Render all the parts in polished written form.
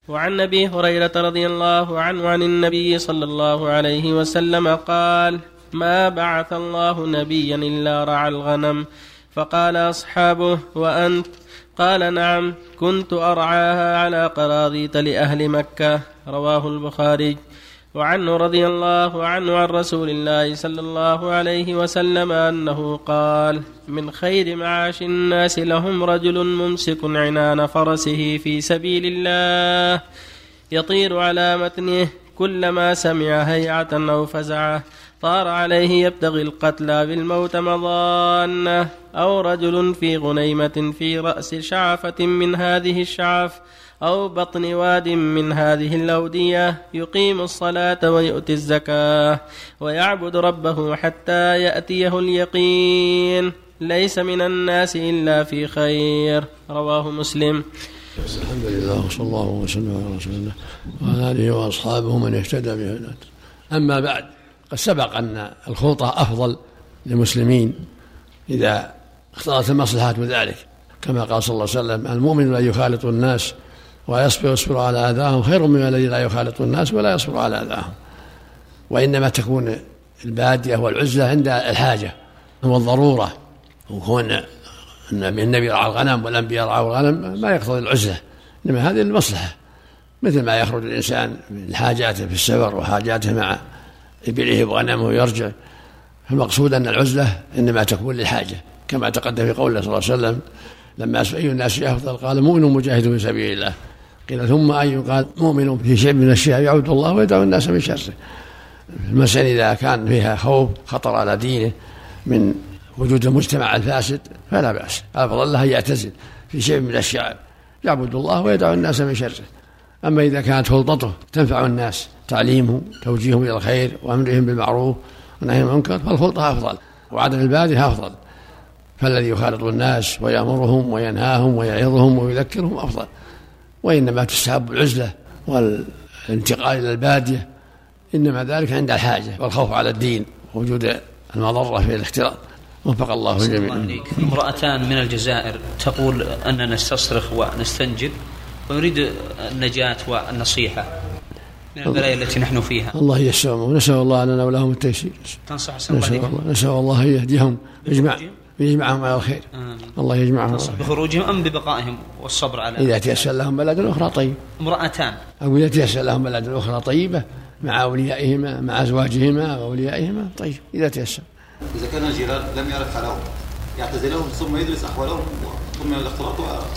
وعن أبي هريرة رضي الله عنه عن النبي صلى الله عليه وسلم قال: ما بعث الله نبيا إلا رعى الغنم. فقال أصحابه: وأنت؟ قال: نعم، كنت أرعاها على قراضيط لأهل مكة. رواه البخاري. وعنه رضي الله عنه عن رسول الله صلى الله عليه وسلم أنه قال: من خير معاش الناس لهم رجل ممسك عنان فرسه في سبيل الله يطير على متنه، كلما سمع هيعة أو فزعة طار عليه يبتغي القتلى بالموت مضانة، أو رجل في غنيمة في رأس شعفة من هذه الشعف أو بطن واد من هذه الأودية يقيم الصلاة ويؤتي الزكاة ويعبد ربه حتى يأتيه اليقين، ليس من الناس إلا في خير. رواه مسلم. الحمد لله وصلى الله وسلم على رسول الله وعلى آله وأصحابه من اهتدى بهداه. أما بعد، قد سبق أن الخلطة أفضل للمسلمين إذا اختلطت المصلحات بذلك، كما قال صلى الله عليه وسلم: المؤمن لا يخالط الناس ويصبر على أذاهم خير من الذي لا يخالط الناس ولا يصبر على أذاهم. وإنما تكون البادية والعزلة عند الحاجة والضرورة، وكون النبي رعى الغنم والأنبياء رعوا الغنم ما يقتضي العزلة، إنما هذه المصلحة، مثل ما يخرج الإنسان من حاجاته في السفر وحاجاته مع إبله وغنمه ويرجع. المقصود أن العزلة إنما تكون للحاجة، كما تقدم في قوله صلى الله عليه وسلم لما أسأل أي الناس أفضل قال: مؤمن مجاهد في سبيل الله. قيل: ثم أي؟ قال: مؤمن في شيء من الشيء يعبد الله ويدعو الناس من شره. المسألة إذا كان فيها خوف خطر على دينه من وجود المجتمع الفاسد فلا بأس، أفضل له يعتزل في شيء من الشعب يعبد الله ويدعو الناس من شره. أما إذا كانت خلطته تنفع الناس، تعليمه توجيههم إلى الخير وأمرهم بالمعروف ونهيهم عن المنكر، فالخلطة أفضل وعدم البادية أفضل. فالذي يخالط الناس ويأمرهم وينهاهم ويعظهم ويذكرهم أفضل. وإنما تستحب العزلة والانتقال إلى البادية، إنما ذلك عند الحاجة والخوف على الدين ووجود المضرة في الاختلاط. وفق الله الجميع. امرأتان من الجزائر تقول أننا نستصرخ ونستنجد ونريد النجاة والنصيحة من البلايا التي نحن فيها. الله ييسرهم ونسأل الله لنا ولهم التيسير. تنصح نسأل الله يهديهم يجمعهم على الخير. الله يجمعهم بخروجهم أم ببقائهم والصبر على إذا تيسر لهم بلد أخرى طيب. امرأتان أقول إذا تيسر لهم بلد أخرى طيبة مع أوليائهما مع أزواجهما وأوليائهما طيب إذا تيسر. إذا كان الجيران لم يعرف حالهم يعتزلهم ثم يدرس أحوالهم ثم الاختلاط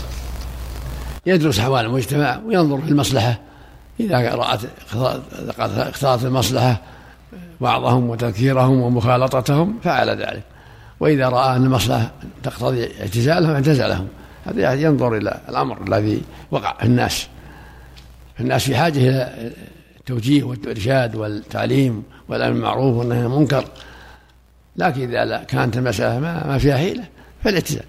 يدرس أحوال المجتمع وينظر في المصلحة، إذا رأت اختلاط المصلحة وعظهم وتذكيرهم ومخالطتهم فعل ذلك، وإذا رأى أن المصلحة تقتضي اعتزالهم اعتزلهم. هذا ينظر إلى الأمر الذي وقع في الناس. الناس في حاجة إلى التوجيه والإرشاد والتعليم والأمر بالمعروف والنهي عن المنكر، لكن إذا كانت المسألة ما فيها حيلة فالاعتزال.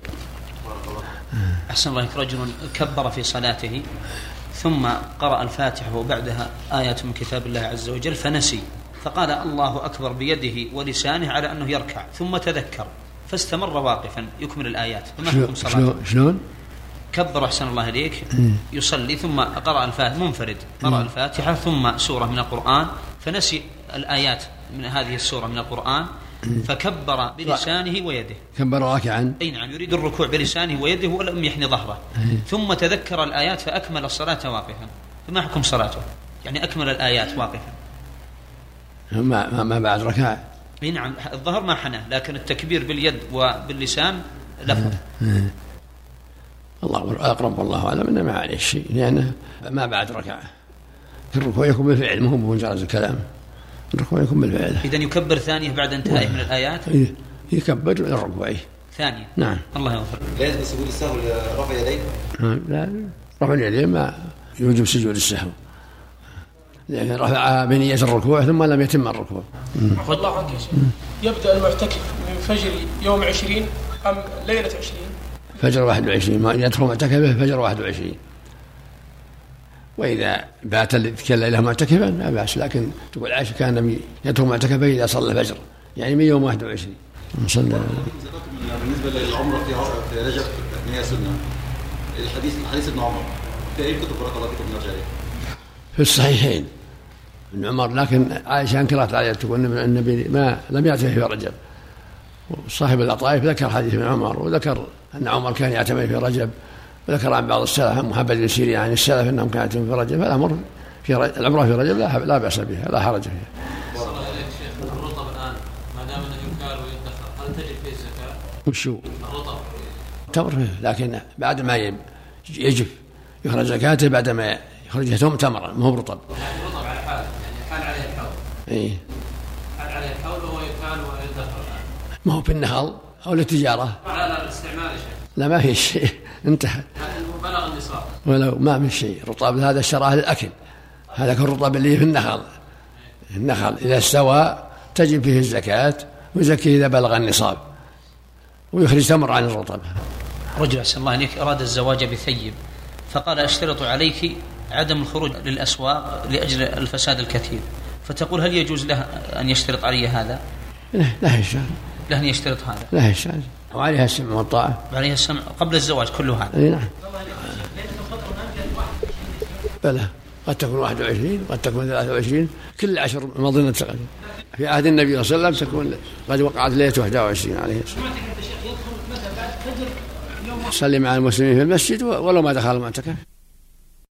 أحسن الله إليك. رجل كبر في صلاته ثم قرأ الفاتحة وبعدها آيات من كتاب الله عز وجل فنسي، فقال الله أكبر بيده ولسانه على أنه يركع، ثم تذكر فاستمر واقفا يكمل الآيات. فما حكم صلاته؟ شلون؟ كبر أحسن الله إليك يصلي ثم قرأ الفاتحة منفرد، قرأ الفاتحة ثم سورة من القرآن فنسي الآيات من هذه السورة من القرآن فكبر بلسانه ويده. كبر راكعا. أي نعم، يريد الركوع بلسانه ويده ولم يحني ظهره. ثم تذكر الآيات فأكمل الصلاة واقفا. فما حكم صلاته؟ يعني أكمل الآيات واقفا ما بعد ركع. أي نعم، الظهر ما حناه، لكن التكبير باليد وباللسان لفظ. الله أقرب والله أعلم إنما عليه الشيء، لأنه ما بعد ركعة. الركوع يكون بالفعل مهم بمجرد الكلام، الركوع يكون بالفعل. إذن يكبر ثانية بعد انتهاء من الآيات؟ يكبر الركوع ثانية. نعم. الله يغفر. لا يجب سجود السهو لرفع يديه؟ لا، رفع اليدين ما يوجب سجود السهو، لأن رفعها بنية الركوع ثم لم يتم الركوع. والله عنك يبدأ المعتكف من فجر يوم 20 أم ليلة 20؟ فجر 21 ما يدخل معتكفه فجر 21. وإذا بات تلك الليلة معتكفا لا بأس، لكن تقول عائشة كان النبي يدخل معتكفه إذا صلى الفجر، يعني من يوم 21. بالنسبة للعمرة في رجب هي سنة. الحديث ابن عمر في أي كتب قرأت الله فيكم نرجع إليه؟ في الصحيحين ابن عمر، لكن عائشة أنكرت عليه تقول النبي ما لم يعتمر في رجب. صاحب اللطائف ذكر حديث ابن عمر، وذكر أن عمر كان يعتمر في رجب، وذكر عن بعض السلف محمد بن سيرين عن السلف أنهم كانوا يعتمرون في رجب. فالأمر في العمرة في رجب لا بأس بها، لا حرج فيها. الرطب الآن ما دام أنه يكال ويدخر، هل تجب فيه الزكاة؟ وشو؟ الرطب تمر، لكن بعد ما يجف يخرج زكاته بعد ما يخرجها تمرا، ما هو رطب. يعني الرطب على حال، يعني حال عليه الحول. إيه. حال عليه الحول وهو يكال ويدخر الآن. ما هو في النخل أو للتجارة. لا الاستعمال يا شيخ. لا ما في شيء، انتهى. لكنه بلغ النصاب. ولو ما من شيء، رطب هذا اشتراه للأكل، هذا كالرطب اللي في النخل. النخل إذا استوى تجب فيه الزكاة، ويزكيه إذا بلغ النصاب، ويخرج تمر عن الرطب. رجل أحسن الله إليك أراد الزواج بثيب، فقال أشترط عليك عدم الخروج للأسواق لأجل الفساد الكثير، فتقول هل يجوز له أن يشترط علي هذا؟ لا يشترط. له أن يشترط هذا؟ لا يشترط، وعليها السمع والطاعة. وعليها السمع قبل الزواج كله هذا. أي نعم. بلى، قد تكون 21 قد تكون 23، كل 10 مظنة تقدم. في عهد النبي صلى الله عليه وسلم تكون قد وقعت ليلة 21 عليه الصلاة والسلام. صلي مع المسلمين في المسجد ولو ما دخل المعتكف.